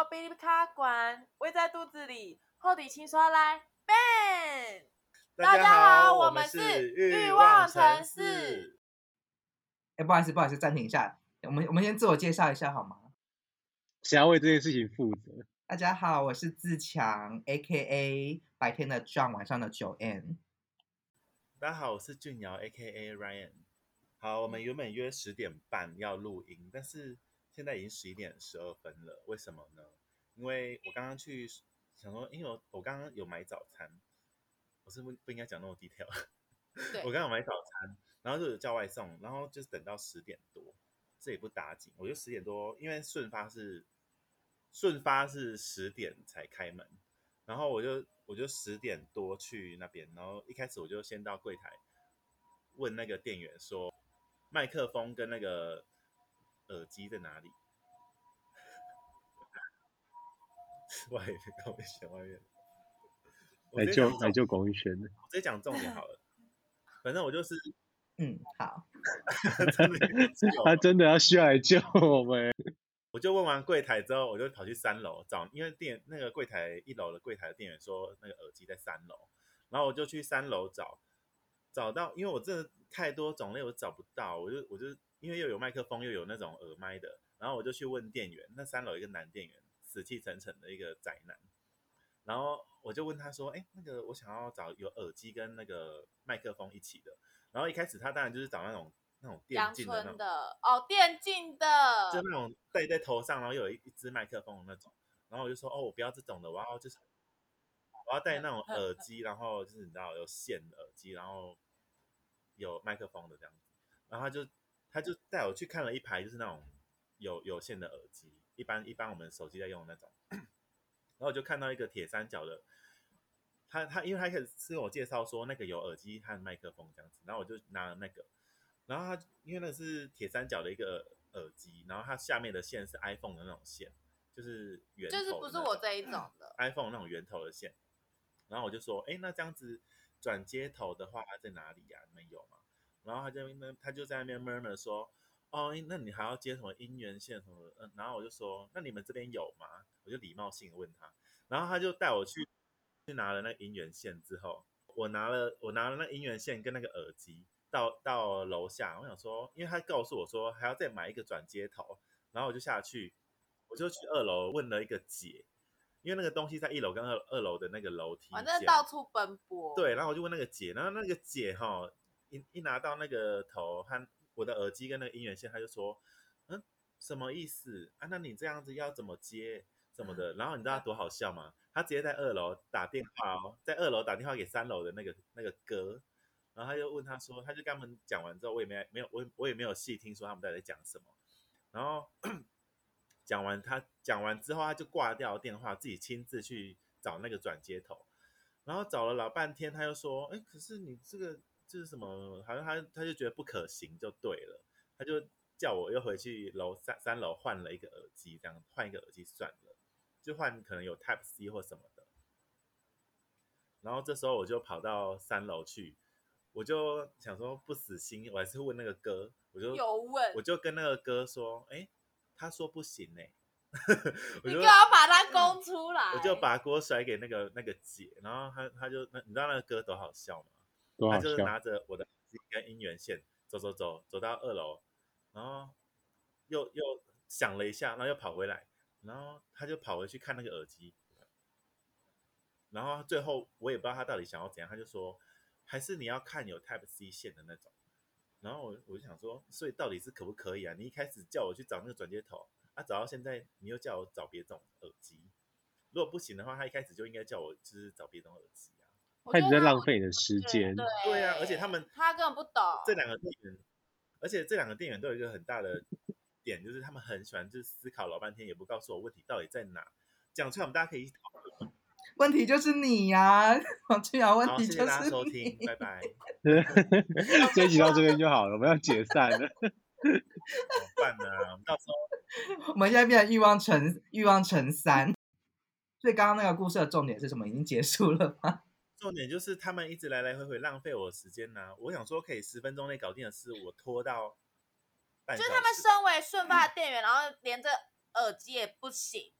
我比你卡管，胃在肚子里，后底请刷来 ban。 大家好， 我们是欲望城市。 不好意思，暂停一下，我们先自我介绍一下好吗？ 谁要为这件事情负责？ 大家好，我是自强 ，A.K.A 白天的 John， 晚上的9N。 大家好，我是俊尧 A.K.A Ryan。好，我们原本约10点半要录音，但是现在已经11点12分了，为什么呢？因为我刚刚去想说，因为我刚刚有买早餐，我是不应该讲那么 detail。我刚刚有买早餐，然后就有叫外送，然后就是等到10点多，这也不打紧，我就10点多，因为顺发是10点才开门，然后我就10点多去那边，然后一开始我就先到柜台问那个店员说，麦克风跟那个耳机在哪里？外面，跟我选外面。 来救龚玉轩的， 我直接讲重点好了。反正我就是好。 他真的需要来救我们。 我就问完柜台之后，我就跑去3楼找，因为那个柜台1楼的柜台的店员说那个耳机在3楼，然后我就去3楼找到，因为我真的太多种类我找不到，我就因为又有麦克风又有那种耳麦的，然后我就去问店员，那3楼有一个男店员，死气沉沉的一个宅男，然后我就问他说，那个我想要找有耳机跟那个麦克风一起的，然后一开始他当然就是找那种电竞的那种电竞的， 就那种戴在头上，然后有一支麦克风的那种，然后我就说我不要这种的，我要戴那种耳机，然后就是你知道有线的耳机，然后有麦克风的这样子，然后他就带我去看了一排，就是那种有线的耳机，一般我们手机在用的那种，然后我就看到一个铁三角的，他因为他开始跟我介绍说那个有耳机和麦克风这样子，然后我就拿了那个，然后他因为那是铁三角的一个耳机，然后它下面的线是 iPhone 的那种线，就是圆头的那种， 就是不是我这一种的 iPhone 那种圆头的线，然后我就说，那这样子转接头的话在哪里呀？你们有吗？然后他就在那边 murmur 说，那你还要接什么音源线什么的？然后我就说，那你们这边有吗？我就礼貌性的问他，然后他就带我去拿了那个音源线之后，我拿了那音源线跟那个耳机到楼下，我想说，因为他告诉我说还要再买一个转接头，然后我就下去，我就去2楼问了一个姐，因为那个东西在1楼跟2楼的那个楼梯间， 反正到处奔波。 对，然后我就问那个姐，然后那个姐一拿到那个头和我的耳机跟那个音源线，他就说，什么意思啊？那你这样子要怎么接什么的？然后你知道多好笑吗？他直接在2楼打电话在2楼打电话给3楼的那个哥，然后他就问他说，他就跟他们讲完之后，我也没有细听说他们到底在讲什么，然后讲完之后，他就挂掉电话，自己亲自去找那个转接头，然后找了老半天，他又说，可是你这个就是什么，好像他就觉得不可行，就对了，他就叫我又回去3楼换了一个耳机，这样换一个耳机算了，就换可能有 Type C 或什么的。然后这时候我就跑到3楼去，我就想说不死心，我还是问那个哥，我就跟那个哥说，他说不行你就要把他供出来， 我就把锅甩给那个姐，然后他就你知道那个哥多好笑吗？ 多好笑！ 他就是拿着我的耳机跟音源线走到2楼，然后又想了一下，然后又跑回来，然后他就跑回去看那个耳机，然后最后我也不知道他到底想要怎样，他就说还是你要看有 Type C 线的那种，然后我就想说，所以到底是可不可以啊？你一开始叫我去找那个转接头，找到现在你又叫我找别种耳机，如果不行的话，他一开始就应该叫我就是找别种耳机啊。 他一直在浪费你的时间。 对啊，而且他根本不懂这两个店员，而且这2个店员都有一个很大的点，就是他们很喜欢就是思考老半天，也不告诉我问题到底在哪，讲出来我们大家可以一起讨论。 问题就是你呀，王俊尧，问题就是你。 好，谢谢大家收听，拜拜。 这一集到这边就好了，我们要解散了。 怎么办呢？我们到时候我们现在变成欲望乘3，所以刚刚那个故事的重点是什么？已经结束了吗？ 重点就是他们一直来来回回浪费我的时间啊，我想说可以10分钟内搞定的事，我拖到半小时。 就是他们身为顺发的店员，然后连这耳机也不行，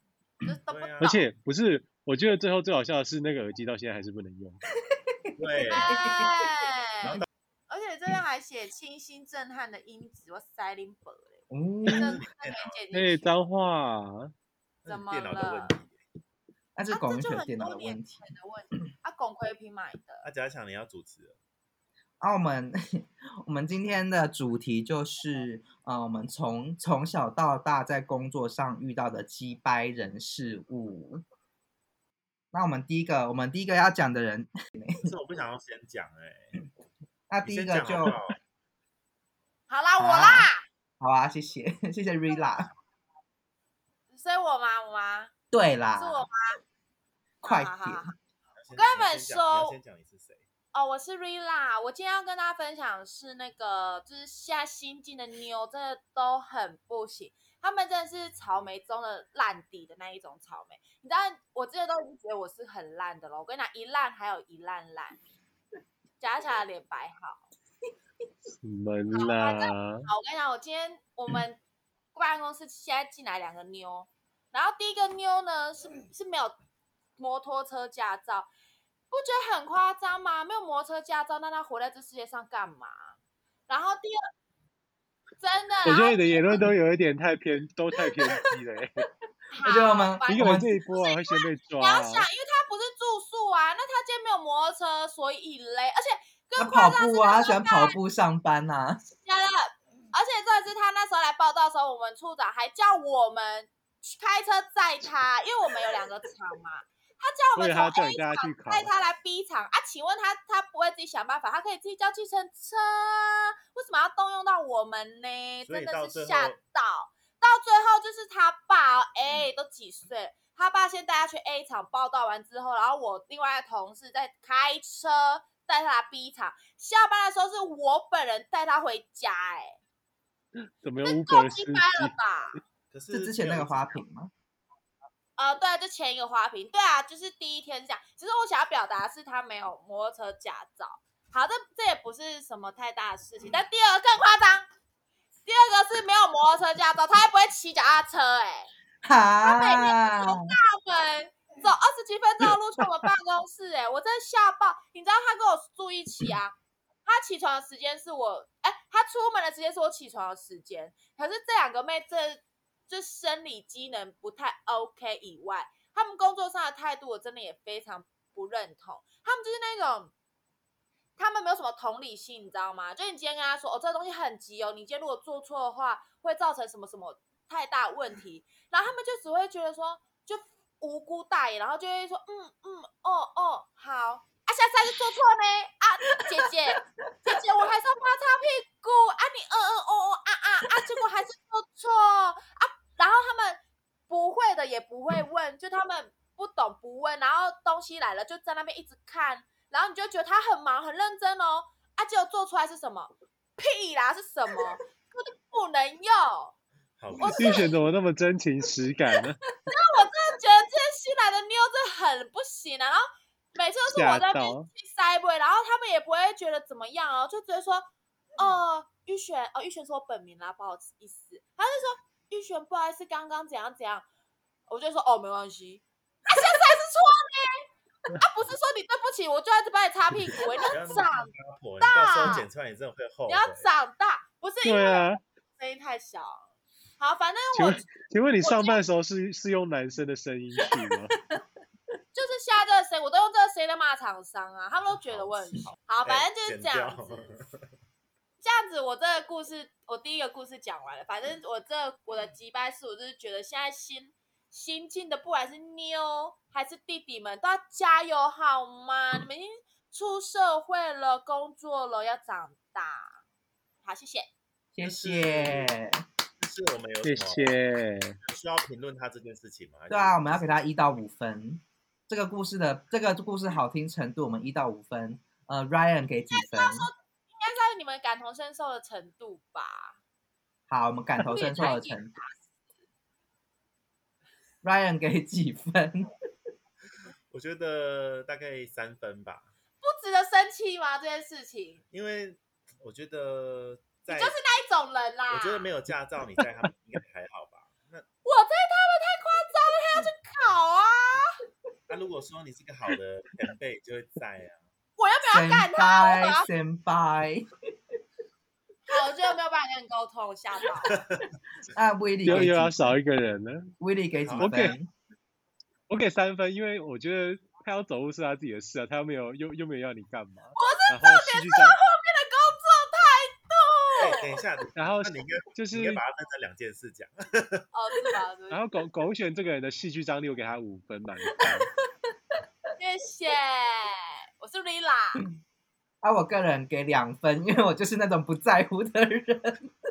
就是都不懂。 对啊而且不是，我觉得最后最好笑的是那个耳机到现在还是不能用。 对， 哎，而且这边还写清新震撼的音质，我塞林本嘞，这嗯， 没剪进哎， 去， 脏话， 怎么电脑的问了？ 题。 那是啊，这就很龚允选电脑多年的问题。 前的问题。啊，龚奎平买的， 啊，假想你要主持了， 我们今天的主题就是我们从小到大在工作上遇到的鸡掰人事物。那我们第一个要讲的人， 可是我不想要先讲那你先第一个就讲好不好？ 好啦，我啊啦， 好啊，谢谢谢谢 Rila。 所以我吗？我吗？ 对啦， 是我吗？ 快好好好点， 我跟你们说你要先讲你是谁？ 哦，我是 Rila，我今天要跟大家分享的是那个，就是现在新进的妞真的都很不行，他们真的是草莓中的烂底的那一种草莓。你知道，我之前都已经觉得我是很烂的了，我跟你讲，一烂还有一烂烂，夹起来脸摆好。 什么啦？ 好，我跟你讲，我们办公室现在进来2个妞，然后第一个妞呢是没有摩托车驾照，不觉得很夸张吗？没有摩托车驾照，那他活在这世界上干嘛？然后第二，真的， 我觉得你的言论都有一点太偏激了。 我觉得我们你可能这一波会先被抓。 你要想，因为他不是住宿啊，那他今天没有摩托车，所以嘞，而且他更夸张是跑步啊，他喜欢跑步上班啊。 假的，而且这是他那时候来报道的时候，我们处长还叫我们开车载他，因为我们有2个厂嘛，他叫我们从 A 厂载他来 B 厂啊。请问他不会自己想办法，他可以自己叫计程车，为什么要动用到我们呢？真的是吓到。到最后就是他爸都几岁了，他爸先带他去 A 厂报道完之后，然后我另外的同事再开车带他来 B 厂，下班的时候是我本人带他回家。 怎么有这够鸡掰了吧？ 可是是之前那个花瓶吗？ 对，就前一个花瓶，对啊，就是第一天这样。其实我想要表达的是他没有摩托车驾照。好，这也不是什么太大的事情。但第二个更夸张，第二个是没有摩托车驾照，他还不会骑脚踏车。他每天走大门，走20几分钟的路去我们办公室。我真的吓爆。你知道他跟我住一起啊？他起床的时间是他出门的时间是我起床的时间。可是这2个妹就生理机能不太 OK 以外，他们工作上的态度我真的也非常不认同。他们就是那种，他们没有什么同理心，你知道吗？就你今天跟他说，这个东西很急哦，你今天如果做错的话，会造成什么什么太大问题，然后他们就只会觉得说，就无辜大爷，然后就会说，好。下次还是做错呢姐姐，我还是要帮他擦屁股你结果还是做错然后他们不会的也不会问，就他们不懂不问，然后东西来了就在那边一直看，然后你就觉得他很忙很认真哦结果做出来是什么？屁啦，是什么？根本不能用。 玉璇怎么那么真情实感呢？ 我真的觉得这些新来的妞真的很不行然后每次都是我在那边去塞位，然后他们也不会觉得怎么样就直接说，玉璇是我本名啦，不好意思。他就说玉璇不好意思，刚刚怎样怎样，我就说没关系。下次还是错呢？不是说你对不起，我就在这帮你擦屁股，你要长大， 到时候剪出来你真的会后悔。 你要长大，不是因为声音太小。好，反正请问你上班的时候是用男生的声音去吗？ 就是现在这个声，我都用这个声来骂厂商他们都觉得我很凶。好，反正就是这样子。这样子，我这个故事，我第一个故事讲完了。反正我的击败是，我就是觉得现在新进的，不管是妞还是弟弟们，都要加油好吗？你们已经出社会了，工作了，要长大。好，谢谢。 谢谢。 是我们有谢谢。 需要评论他这件事情吗？ 对啊，我们要给他1到5分。这个故事好听程度，我们1到5分。Ryan 给几分？ 应该是你们感同身受的程度吧。 好，我们感同身受的程度。Ryan 给几分？ 我觉得大概3分吧。 不值得生气吗？这件事情？ 因为我觉得你就是那一种人啦。 我觉得没有驾照，你在他们应该还好吧？ 我在他们太夸张了，他要去考说你是个好的前辈，就会在啊。 我又没有要干他， 先拜。 好，我就没有办法跟你沟通，我吓到了。 那威利又要少一个人了。 威利给几我给分？ 我给3分，因为我觉得他要走路是他自己的事啊，他又没有要你干嘛。然后戏剧张后面的工作态度。 等一下， 然后那你应该就是你应该把它分成2件事讲。 哦，是吧？ 然后龚璇这个人的戏剧张力，我给他5分满分。 谢谢，我是 Lila。 啊，我个人给2分，因为我就是那种不在乎的人。我真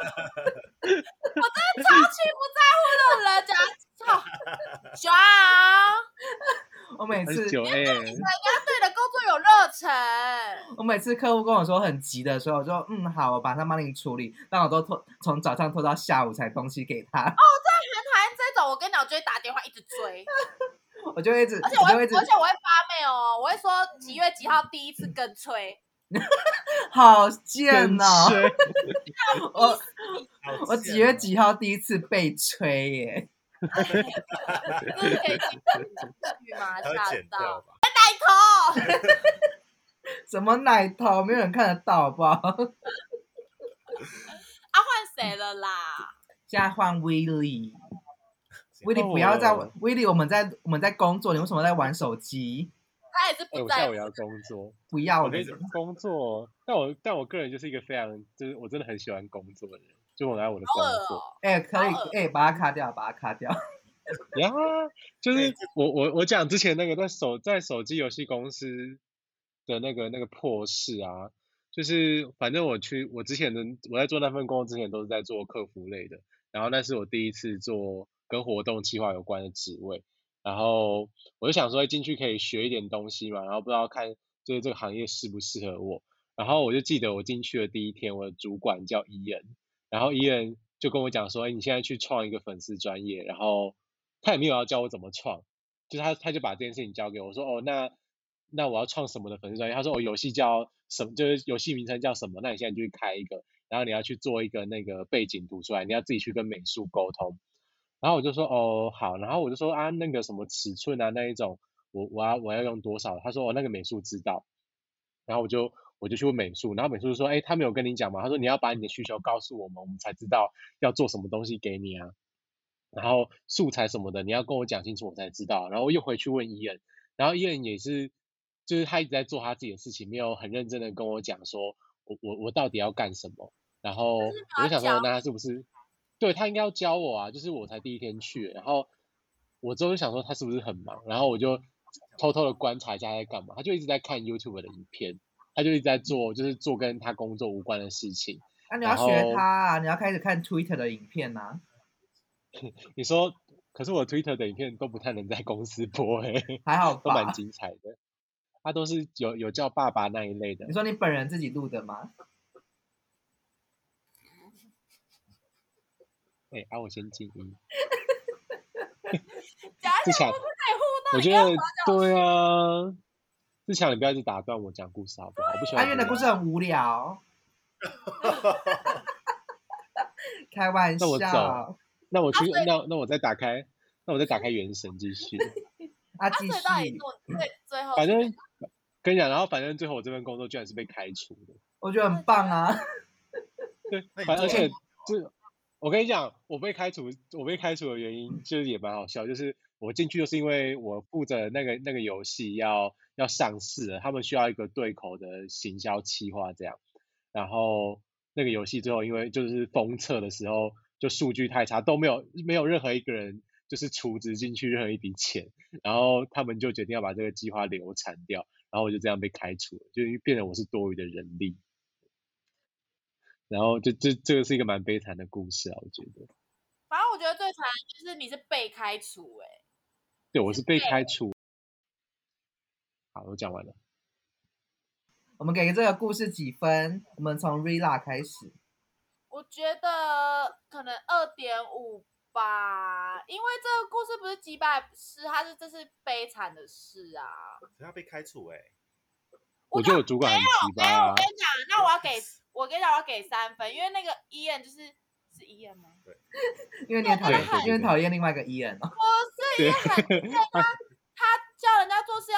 的超级不在乎的人，讲爽。 我每次 9A， 你要对你的工作有热忱。 我每次客户跟我说很急的时候，我就好，我马上帮你处理，但我都从早上拖到下午才东西给他。 哦，真的很讨厌这种，我跟你讲，我就会打电话一直追。 我就会一直， 而且我会发 mail 哦，我会说几月几号第一次跟催。 好贱哦！我几月几号第一次被催耶？ 这是可以进去吗？吓到！奶头！ 什么奶头？没有人看得到，好不好？ 啊，换谁了啦？ 现在换威利。威利不要再威利，我们在工作，你为什么在玩手机？ 他也是不在乎。 我下午要工作， 不要我跟你工作，但我个人就是一个非常，就是我真的很喜欢工作的人，就我爱我的工作。 可以，把它卡掉，把它卡掉。 呀，就是我讲之前那个在手机游戏公司的那个破事啊，就是反正我之前我在做那份工作之前都是在做客服类的，然后那是我第一次做跟活动企划有关的职位。然后我就想说进去可以学一点东西嘛，然后不知道看就是这个行业适不适合我。然后我就记得我进去的第一天，我的主管叫伊人，然后伊人就跟我讲说，你现在去创一个粉丝专页，然后他也没有要教我怎么创，就是他就把这件事情交给我说，那我要创什么的粉丝专页？他说游戏叫什么，就是游戏名称叫什么？那你现在就去开一个，然后你要去做一个那个背景图出来，你要自己去跟美术沟通。然后我就说好，然后我就说那个什么尺寸啊那一种，我要用多少？他说那个美术知道，然后我就去问美术，然后美术说他没有跟你讲吗？他说你要把你的需求告诉我们，我们才知道要做什么东西给你啊，然后素材什么的你要跟我讲清楚我才知道。然后又回去问伊人，然后伊人也是就是他一直在做他自己的事情，没有很认真的跟我讲说我到底要干什么。然后我就想说那他是不是对他应该要教我啊，就是我才第一天去，然后我之后就想说他是不是很忙，然后我就偷偷的观察一下他在干嘛，他就一直在看 YouTube 的影片，他就一直在做就是做跟他工作无关的事情。 你要学他啊，你要开始看 Twitter 的影片啊。 你说，可是我 Twitter 的影片都不太能在公司播还好吧， 都蛮精彩的，他都是有叫爸爸那一类的。 你说你本人自己录的吗？ 我先静音。 志强， 我觉得对啊，志强你不要一直打断我讲故事好不好？我不喜欢。 因为的故事很无聊。开玩笑。 那我走，那我去，那我再打开，原神继续。 继续。 最后， 反正跟你讲，然后反正最后我这份工作居然是被开除的。 我觉得很棒啊。 对，而且我跟你讲，我被开除的原因就是也蛮好笑，就是我进去就是因为我负责那个游戏要上市了，他们需要一个对口的行销企划这样，然后那个游戏最后因为就是封测的时候就数据太差，都没有任何一个人就是储值进去任何一笔钱，然后他们就决定要把这个计划流产掉，然后我就这样被开除了，就变成我是多余的人力。然后这个是一个蛮悲惨的故事啊，我觉得。 反正我觉得最惨就是你是被开除对，我是被开除。好，我讲完了。 我们给这个故事几分？我们从 Rila 开始。我觉得可能2.5吧，因为这个故事不是击败事，这是悲惨的事啊。 他被开除我觉得我主管很奇葩啊。 我跟你讲，那我要给3分，因为那个Ian是Ian 吗？ 对， 因为你讨厌另外一个Ian 哦。 不是，Ian 他教人家做事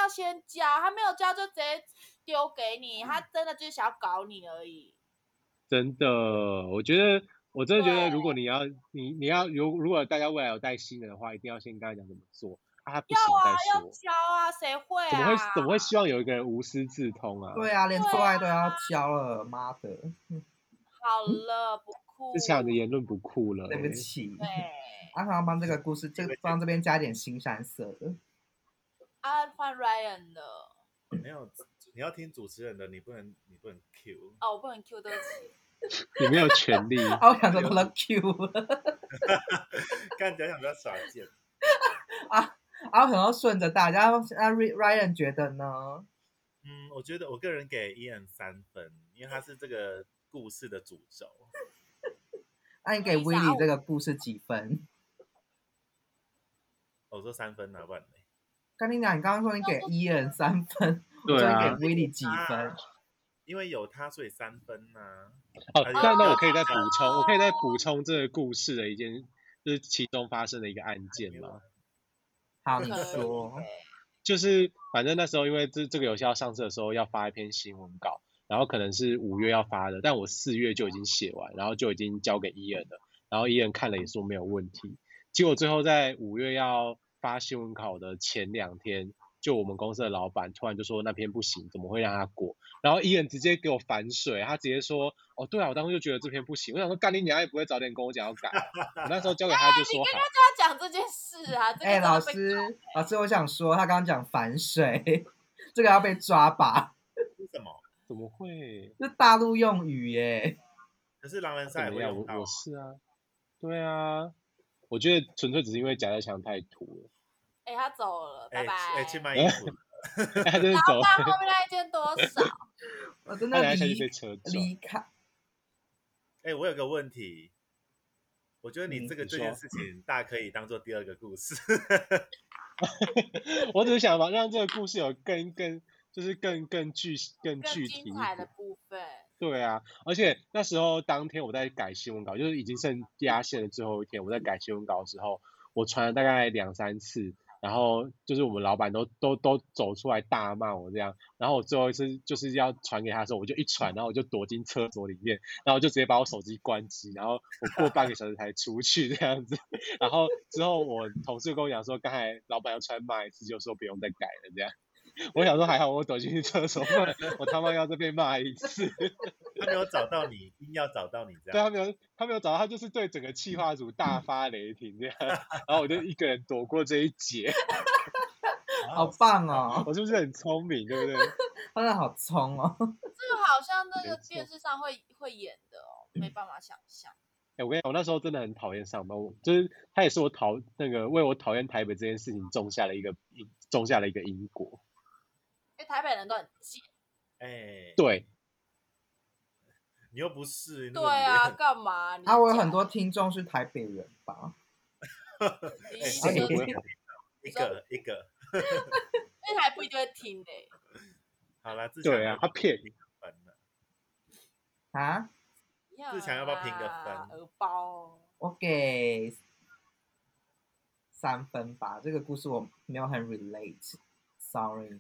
要先交，他没有交就直接丢给你，他真的就是想要搞你而已。 真的，我真的觉得， 对如果如果大家未来有带新人的话，一定要先跟他讲怎么做，他不要行再要说。 交啊，谁会怎啊？ 么会希望有一个人无师自通啊？ 对啊，连做爱都要教了，妈的！ 好了，不酷。 之前的言论不酷了、 对不起， 对， 阿康要帮这个故事，帮这边加点新山色的。 啊，换 Ryan 了。 没有，你要听主持人的，你不能 Q。 哦，我不能 Q，对不起。 你没有权利。 啊，我想说他都 Q 了看讲比较少见。 啊，我想要顺着大家，那 Ryan 觉得呢？ 我觉得我个人给Ian 3分，因为他是这个故事的主轴。 那你给 Willy 这个故事几分？ 我说3分啊，不然呢？ 跟你讲，你刚刚说你给 Ian 3分，我对啊说你给 Willy 几分？ 因为有他，所以3分啊。 哦，那我可以再补充这个故事的一件，就是其中发生的一个案件吗？ 好，你说。 就是反正那时候因为这个游戏要上市的时候要发一篇新闻稿，然后可能是5月要发的，但我4月就已经写完，然后就已经交给伊恩了，然后伊恩看了也说没有问题，结果最后在5月要发新闻稿的前2天，就我们公司的老板突然就说那篇不行，怎么会让他过？然后伊恩直接给我反水，他直接说，哦对啊，我当时就觉得这篇不行，我想说干你娘也不会早点跟我讲要改，我那时候交给他就说好。 你跟他就要讲这件事啊。 哎、老师，我想说，他刚刚讲反水，这个要被抓吧？ 为什么？ 怎么会？ 这大陆用语耶。 可是狼人杀也会用到。 我是啊，对啊，我觉得纯粹只是因为贾德强太土了。 哎，他走了，拜拜。 去卖衣服了。 他真的走了。 老板后面那一件多少？ 我真的离开。 我有个问题，我觉得你这件事情大可以当做第2个故事。 我只是想让这个故事有更具体精彩的部分。 对啊，而且那时候当天我在改新闻稿，就是已经剩压线的最后一天，我在改新闻稿的时候，我传了大概2、3次。然后就是我们老板都走出来大骂我这样，然后我最后一次就是要传给他的时候，我就一传，然后我就躲进厕所里面，然后我就直接把我手机关机，然后我过半个小时才出去这样子。然后之后我同事跟我讲说，刚才老板要出来骂一次，就说不用再改了这样。我想说还好我躲进去厕所，不然我他妈要再被骂一次。 他没有找到你，硬要找到你这对， 样。 他没有找到，他就是对整个企划组大发雷霆这样，然后我就一个人躲过这一劫。 好棒哦！ 我是不是很聪明，对不对？ 真的好聪哦！ 这个好像那个电视上会演的哦，没办法想象。 我跟你讲，我那时候真的很讨厌上班，就是他也是我为我讨厌台北这件事情种下了一个因果。 因为台北人都很贱。 对。 你又不是。 对啊，干嘛？ 我有很多听众是台北人吧？ 一个。 那还不一定会听的。 好啦， 对啊，他骗你分了。 啊？ 志强要不要评个分？ 荷包。 我给3分吧，这个故事我没有很 relate，sorry。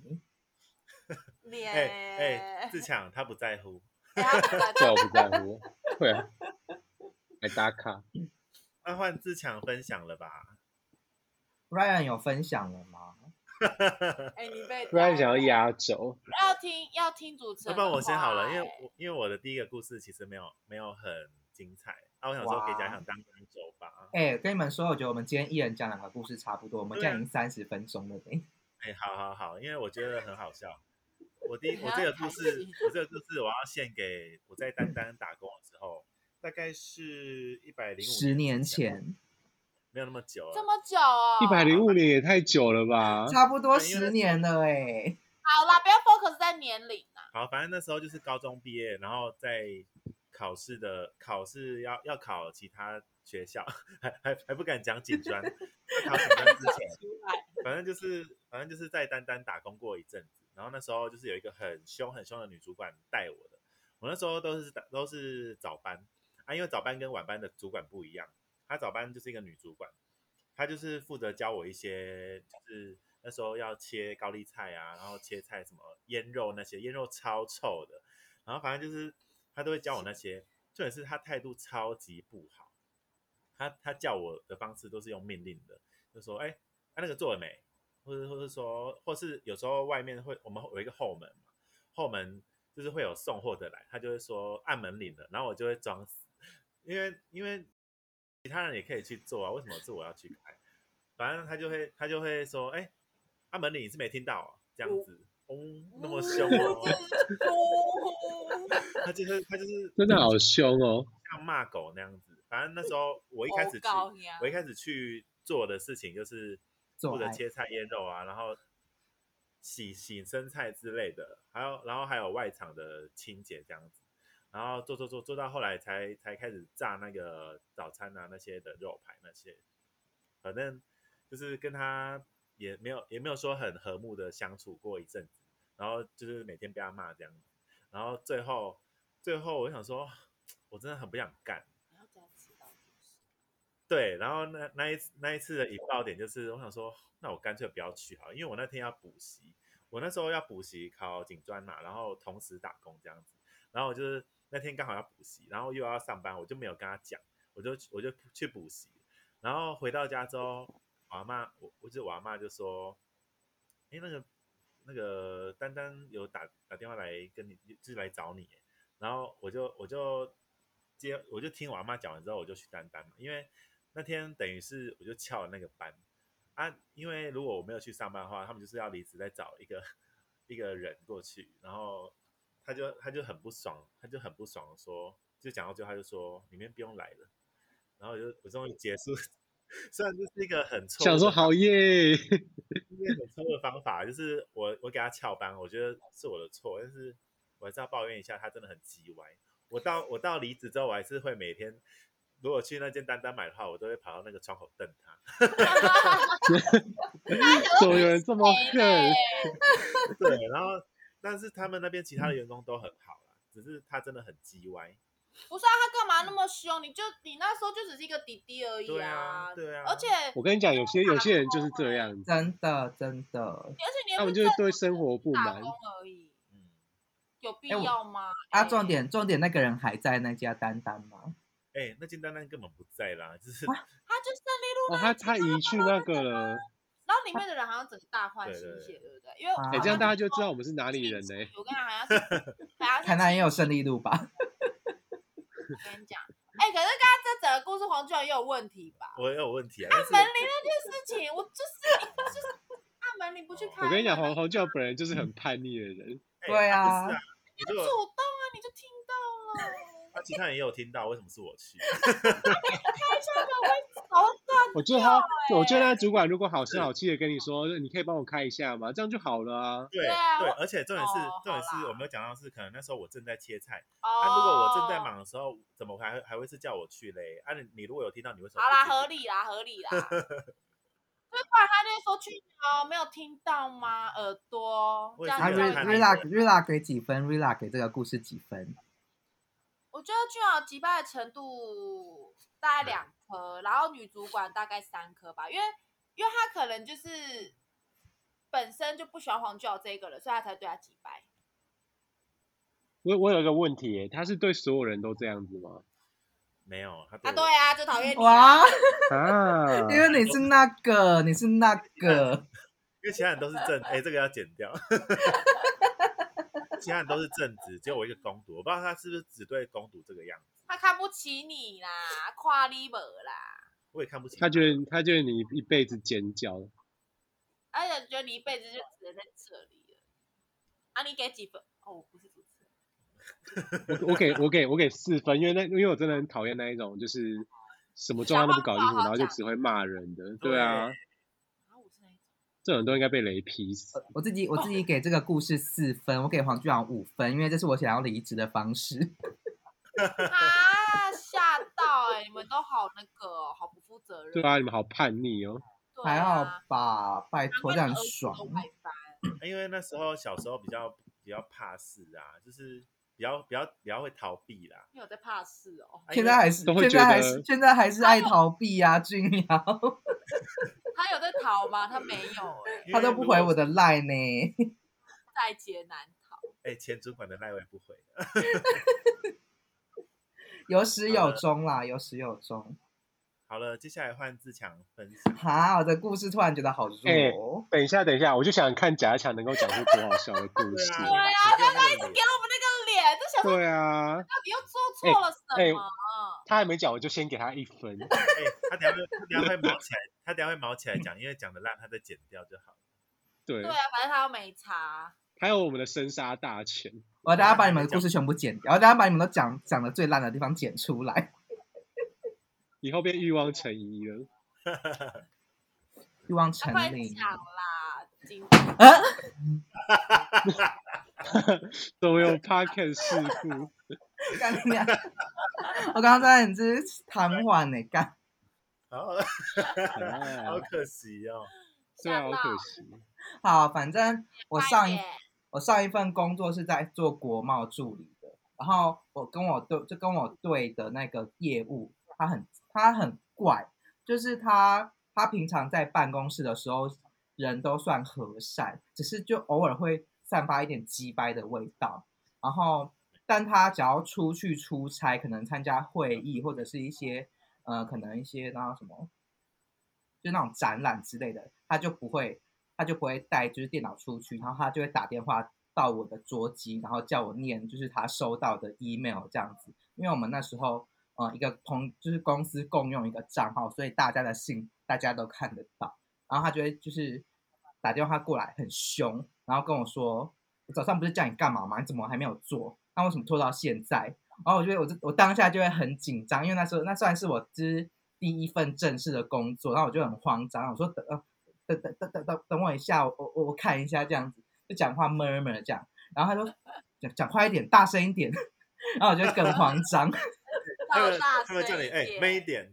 志强他不在乎。 对，我不在乎。对啊，来打卡。 那换志强分享了吧 ？Ryan 有分享了吗？ 你被 Ryan 想要压轴。 要听主持人。 要不然我先好了，因为我的第一个故事其实没有很精彩，我想说给家想当压轴吧。 跟你们说，我觉得我们今天一人讲2个故事差不多，我们现在已经30分钟了呢。 好，因为我觉得很好笑。我这个故事我要献给我在丹丹打工的时候，大概是 10年前， 没有那么久了。 这么久哦 ？105年也太久了吧？ 差不多10年了哎。 好啦，不要 focus 在年龄啦。 好，反正那时候就是高中毕业，然后在考试要考其他学校，还不敢讲警专，考警专之前，反正就是在丹丹打工过一阵子。然后那时候就是有一个很凶的女主管带我的，我那时候都是早班因为早班跟晚班的主管不一样，她早班就是一个女主管，她就是负责教我一些就是那时候要切高丽菜啊，然后切菜什么腌肉那些，腌肉超臭的，然后反正就是他都会教我那些，重点是他态度超级不好，他叫我的方式都是用命令的，就说哎，那个做了没？或者说，或是有时候外面我们有一个后门嘛，后门就是会有送货的来，他就会说按门铃了，然后我就会装死，因为其他人也可以去做啊，为什么是我要去开？反正他就会说，哎，按门铃你是没听到哦，这样子，那么凶哦，他就是真的好凶哦。 像骂狗那样子。反正那时候我一开始去做的事情就是负责切菜腌肉啊，然后洗生菜之类的，然后还有外场的清洁这样子，然后做到后来才开始炸那个早餐啊那些的肉排那些，反正就是跟他也没有说很和睦的相处过一阵子，然后就是每天被他骂这样子，然后最后我想说，我真的很不想干。对，然后那一次的引爆点就是，我想说，那我干脆不要去好了，因为我那天要补习，我那时候要补习考警专嘛，然后同时打工这样子，然后我就是那天刚好要补习，然后又要上班，我就没有跟他讲，我就去补习，然后回到家之后，我阿嬷就说，哎，那个丹丹有打电话来跟你，就是来找你，然后我就听我阿嬷讲完之后，我就去丹丹嘛，因为那天等于是我就翘了那个班啊，因为如果我没有去上班的话，他们就是要离职再找一个人过去，然后他就很不爽，说，就讲到最后他就说你们不用来了，然后我终于结束，虽然这是一个很错误的想说好耶， 是一个很错误的方法，就是我给他翘班，我觉得是我的错，但是我还是要抱怨一下，他真的很叽歪。我到离职之后，我还是会每天，如果去那间丹丹买的话，我都会跑到那个窗口瞪他。 怎么有人这么恨？ 对，然后但是他们那边其他的员工都很好啦，只是他真的很叽歪。 不是啊，他干嘛那么凶？你那时候就只是一个弟弟而已啊。 对啊。 而且我跟你讲，有些人就是这样子， 真的。 而且你他们就是对生活不满而已。有必要吗？ 重点那个人还在那家丹丹吗？ 那间丹丹根本不在啦，就是他就胜利路他移去那个了。 然后里面的人好像整个大换新血，对不对？因为这样大家就知道我们是哪里人嘞。 我跟你讲，好像是台南也有胜利路吧？ 我跟你讲，可是刚刚这整个故事黄俊也有问题吧？ 我也有问题啊。 按门铃那件事情，我就是按门铃不去开。 我跟你讲，黄俊本人就是很叛逆的人。 对啊。 你要主动啊，你就听到了。 其他人也有听到，为什么是我去？ 开枪的会手断。 我觉得那主管如果好声好气的跟你说，你可以帮我开一下吗？这样就好了啊。 对，而且重点是我没有讲到是，可能那时候我正在切菜。如果我正在忙的时候，怎么还会是叫我去嘞？你如果有听到，你为什么？ 好啦，合理啦。所以不然他就说去没有听到吗？耳朵。 Rila 给几分 ？Rila 给这个故事几分？ 我觉得俊豪击败的程度大概2颗，然后女主管大概3颗吧，因为他可能就是本身就不喜欢黄俊豪这个人，所以他才对他击败。 我有一个问题，他是对所有人都这样子吗？ 没有，他对啊，就讨厌你哇啊！ 因为你是那个，因为其他人都是正，这个要剪掉。其他人都是正职，只有我一个工读，我不知道他是不是只对工读这个样子。 他看不起你啦，夸你没啦。 我也看不起他觉得你一辈子尖叫， 而且觉得你一辈子就只能在这里了。啊，你给几分？我不是主持人。我给4分，因为我真的很讨厌那一种，就是什么状况都不搞清楚，然后就只会骂人的。对啊。这种都应该被雷劈死。 我自己给这个故事4分，我给黄俊豪5分，因为这是我想要离职的方式。 吓到你们都好那个好不负责任。 对啊，你们好叛逆哦。 还好吧，拜托，这样爽。 因为那时候小时候比较怕事啊，就是比较会逃避啦。 你有在怕事哦？ 现在还是爱逃避啊，俊豪。 他有在逃吗？他没有他都不回我的 line 呢。 在劫难逃。 前主管的赖我也不回。 有始有终啦，有始有终。 好了，接下来换自强分享。 哈，我的故事突然觉得好弱哦。 等一下，我就想看贾强能够讲出多好笑的故事。 对啊，他一直给我们那个脸，就想说对啊， 到底又做错了什么？ 他还没讲，我就先给他1分。 他等下会毛起来，他等下会毛起来讲，因为讲的烂，他再剪掉就好了。 对啊，反正他又没差。 还有我们的生杀大权， 我等下把你们的故事全部剪掉，我等下把你们都讲的最烂的地方剪出来。 以后变欲望成疑了。 欲望成瘾。 讲啦， 怎么有 Podcast 事故？ 干你娘！我刚刚在你这瘫痪呢，干。 好可惜哦。 对啊，好可惜。 好，反正我上一份工作是在做国贸助理的，然后我跟我对的那个业务，他很怪，就是他平常在办公室的时候人都算和善，只是就偶尔会散发一点鸡掰的味道，然后但他只要出去出差，可能参加会议或者是一些可能一些那什么，就那种展览之类的，他就不会带就是电脑出去，然后他就会打电话到我的桌机，然后叫我念就是他收到的 email 这样子。因为我们那时候一个就是公司共用一个账号，所以大家的信大家都看得到。然后他就会就是打电话过来很凶，然后跟我说我早上不是叫你干嘛吗？你怎么还没有做？那为什么拖到现在？然后我当下就会很紧张，因为那时候那算是我第一份正式的工作，然后我就很慌张，我说等我一下，我看一下这样子，就讲话 murmur 这样，然后他说讲快一点，大声一点，然后我就更慌张。 他们叫你慢一点。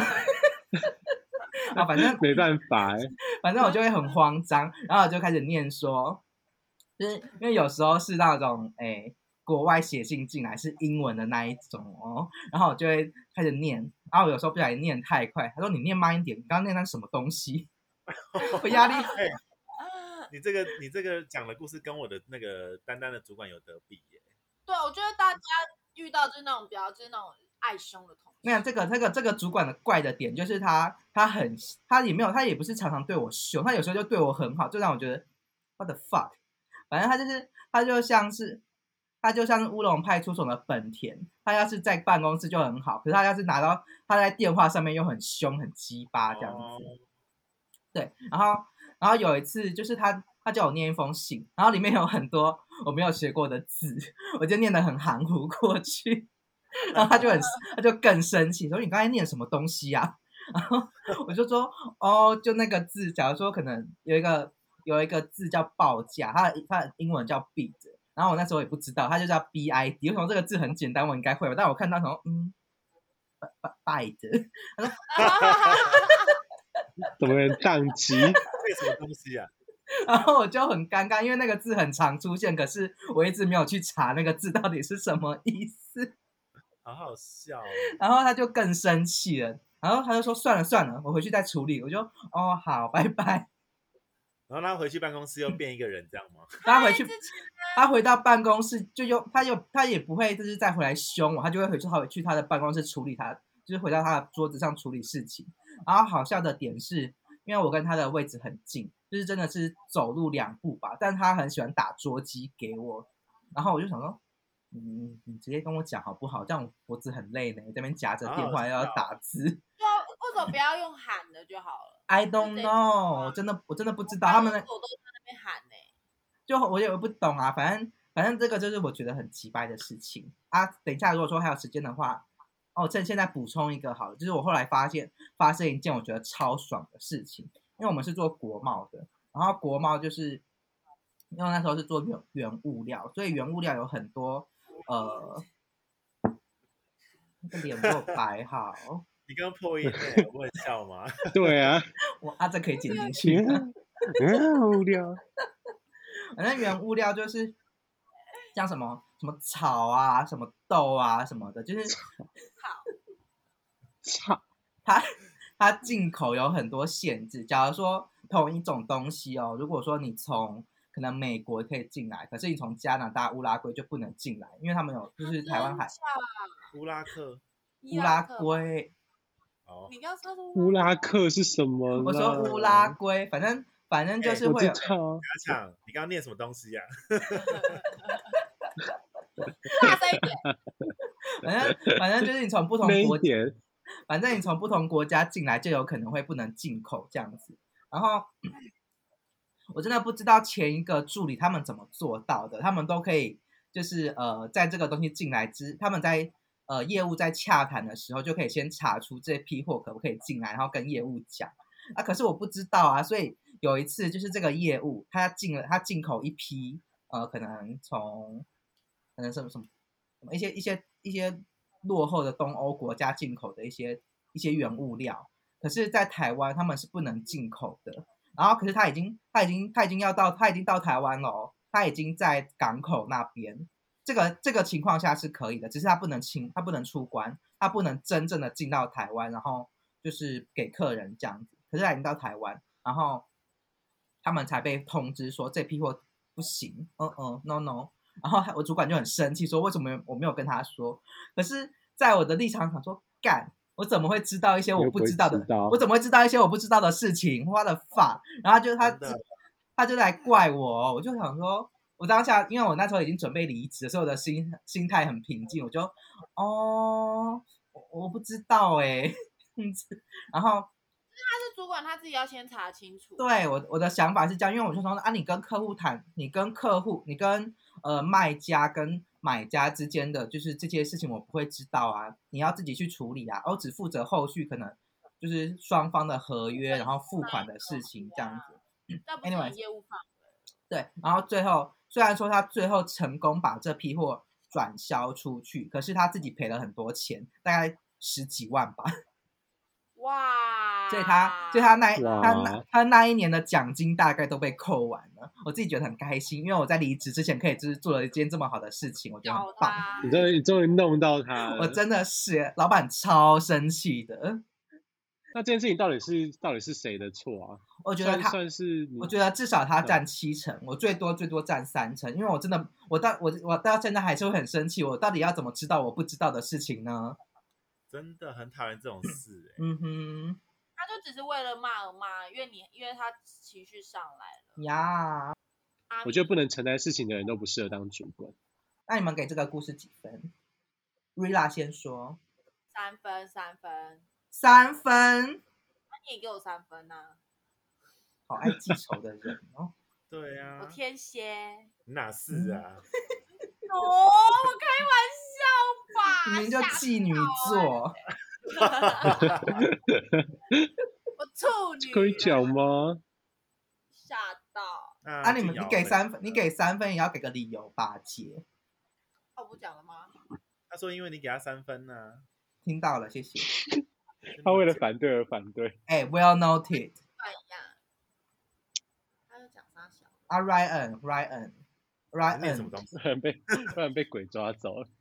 啊，反正没办法反正我就会很慌张，然后我就开始念说，就是因为有时候是那种国外写信进来是英文的那一种哦，然后我就会开始念，然后我有时候不小心念太快，他说你念慢一点，你刚刚念那是什么东西？我压力。 你这个讲的故事跟我的那个丹丹的主管有得比耶。 对，我觉得大家遇到就是那种比较就是那种爱凶的同事。 那这个主管的怪的点就是他也不是常常对我凶，他有时候就对我很好，就让我觉得 what the fuck。反正他就像是乌龙派出所的本田，他要是在办公室就很好，可是他要是拿到他在电话上面又很凶很鸡巴这样子。对，然后有一次就是他叫我念一封信，然后里面有很多我没有学过的字，我就念得很含糊过去，然后他就更生气，说你刚才念什么东西啊？然后我就说就那个字，假如说可能有一个字叫报价，它的英文叫 bid， 然后我那时候也不知道，它就叫 bid， 为什么这个字很简单，我应该会吧？但我看到什么bid， 他说怎么能宕机？ 这什么东西啊？ 然后我就很尴尬，因为那个字很常出现，可是我一直没有去查那个字到底是什么意思。 好好笑哦。 然后他就更生气了，然后他就说算了，我回去再处理。我就好，拜拜。 然后他回去办公室又变一个人，这样吗？ 他回到办公室他也不会就是再回来凶我，他就会回去他的办公室处理就是回到他的桌子上处理事情。然后好笑的点是，因为我跟他的位置很近，就是真的是走路2步吧，但他很喜欢打桌机给我，然后我就想说你直接跟我讲好不好？这样我脖子很累呢，这边夹着电话要打字。 对啊，为什么不要用喊的就好了 ？I don't know， 我真的不知道他们。 我都在那边喊呢。 就我也不懂啊，反正这个就是我觉得很奇怪的事情啊。等一下如果说还有时间的话，趁现在补充一个好了，就是我后来发生一件我觉得超爽的事情，因为我们是做国贸的，然后国贸就是因为那时候是做原物料，所以原物料有很多那个脸都白好。 你刚破音我很笑吗？ 对啊， 这可以剪进去。 无聊。 反正原物料就是像什么草啊、什么豆啊什么的，就是草。 它进口有很多限制。假如说同一种东西哦，如果说你从可能美国可以进来，可是你从加拿大、乌拉圭就不能进来，因为他们有就是台湾海乌拉克乌拉圭。 圭， 哦， 你刚说的乌拉克是什么啦？ 我说乌拉圭，反正就是我知会有道， 家强，你刚刚念什么东西呀？ 大声一点。 反正就是你从不同那一国， 点反正你从不同国家进来就有可能会不能进口这样子。然后我真的不知道前一个助理他们怎么做到的，他们都可以就是在这个东西进来他们在业务在洽谈的时候就可以先查出这批货可不可以进来，然后跟业务讲啊。可是我不知道啊，所以有一次就是这个业务他进口一批可能从可能什么一些落后的东欧国家进口的一些原物料，可是，在台湾他们是不能进口的。然后，可是他已经到台湾了哦，他已经在港口那边。这个情况下是可以的，只是他不能出关，他不能真正的进到台湾，然后就是给客人这样子。可是他已经到台湾，然后他们才被通知说这批货不行，no no。然后我主管就很生气，说为什么我没有跟他说？可是，在我的立场想说，干，我怎么会知道一些我不知道的？我怎么会知道一些我不知道的事情？我的发，然后他就来怪我，我就想说，我当下因为我那时候已经准备离职，所以我的心态很平静，我就我不知道哎，然后。 他是主管，他自己要先查清楚。 对，我的想法是这样，因为我就说啊，你跟客户谈，你跟卖家跟买家之间的就是这些事情我不会知道啊，你要自己去处理啊，我只负责后续可能就是双方的合约，然后付款的事情这样子。 那不是你业务范围。 对，然后最后虽然说他最后成功把这批货转销出去，可是他自己赔了很多钱，大概10几万吧。 哇！ 所以他那一年的奖金大概都被扣完了，我自己觉得很开心，因为我在离职之前可以就是做了一件这么好的事情，我觉得很棒。 你终于弄到他了， 我真的是老板超生气的。 那这件事情到底是谁的错啊？ 我觉得我觉得至少他占70%，我最多占30%，因为我真的我到现在还是会很生气，我到底要怎么知道我不知道的事情呢？ 真的很讨厌这种事嗯哼， 他就只是为了骂而骂，因为他情绪上来了呀。 我觉得不能承担事情的人都不适合当主管。 那你们给这个故事几分 ？Rila 先说。 3分，3分。 3分？ 那你也给我3分啊！ 好爱记仇的人哦。 对啊， 我天蝎。 你哪是啊？ 我开玩笑吧。 明明就妓女座。 我处女。 可以讲吗？ 吓到。 啊，你给3分也要给个理由吧，姐。 我不讲了吗？ 他说因为你给他3分呢。 听到了，谢谢。 他为了反对而反对。 well noted。 他又讲啥小？ 啊 ，Ryan， 什么东西？ 突然被鬼抓走了。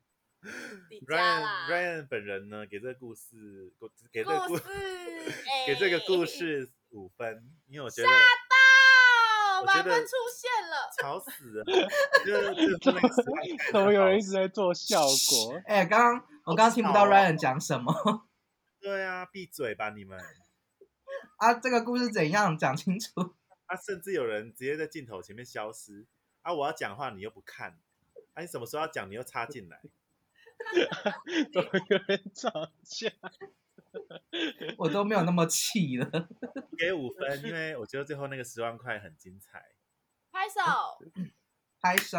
Ryan 本人呢，给这个故事给这个故事5分，因为我觉得吓到满分出现了， 吵死了。 怎么有人一直在做效果？ 我刚刚听不到 Ryan 讲什么。 对啊，闭嘴吧你们！ 啊，这个故事怎样讲清楚？ 甚至有人直接在镜头前面消失。我要讲话你又不看，你什么时候要讲你又插进来？ 怎么有人吵架？ 我都没有那么气了。 给5分，因为我觉得最后那个10万块很精彩。 拍手， 拍手。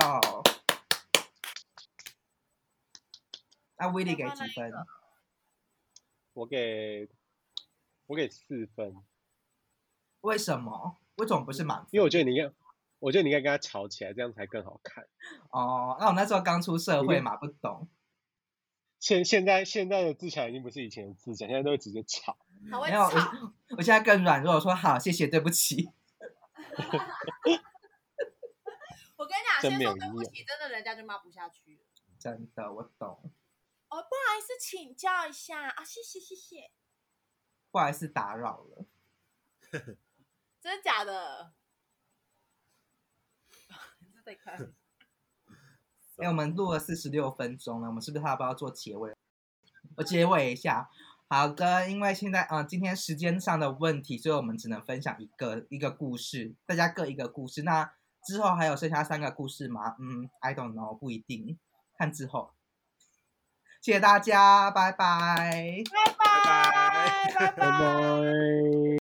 那 Willy 给几分？ 我给4分。 为什么不是满分？ 因为我觉得你应该跟他吵起来，这样才更好看。 哦，那我那时候刚出社会嘛，不懂。 现在的自强已经不是以前的自强，现在都会直接吵。 没有， 我现在更软弱，说好，谢谢，对不起。 我跟你讲，先说对不起，真的人家就骂不下去了。 真的，我懂。 不好意思，请教一下啊，谢谢。 不好意思打扰了。 真的假的？你是在看？ 哎，我们录了46分钟了，我们是不是还要不要做结尾？我结尾一下。好的，因为现在今天时间上的问题，所以我们只能分享一个故事，大家各一个故事。那之后还有剩下3个故事吗？I don't know， 不一定，看之后。谢谢大家，拜拜。 拜拜，拜拜拜。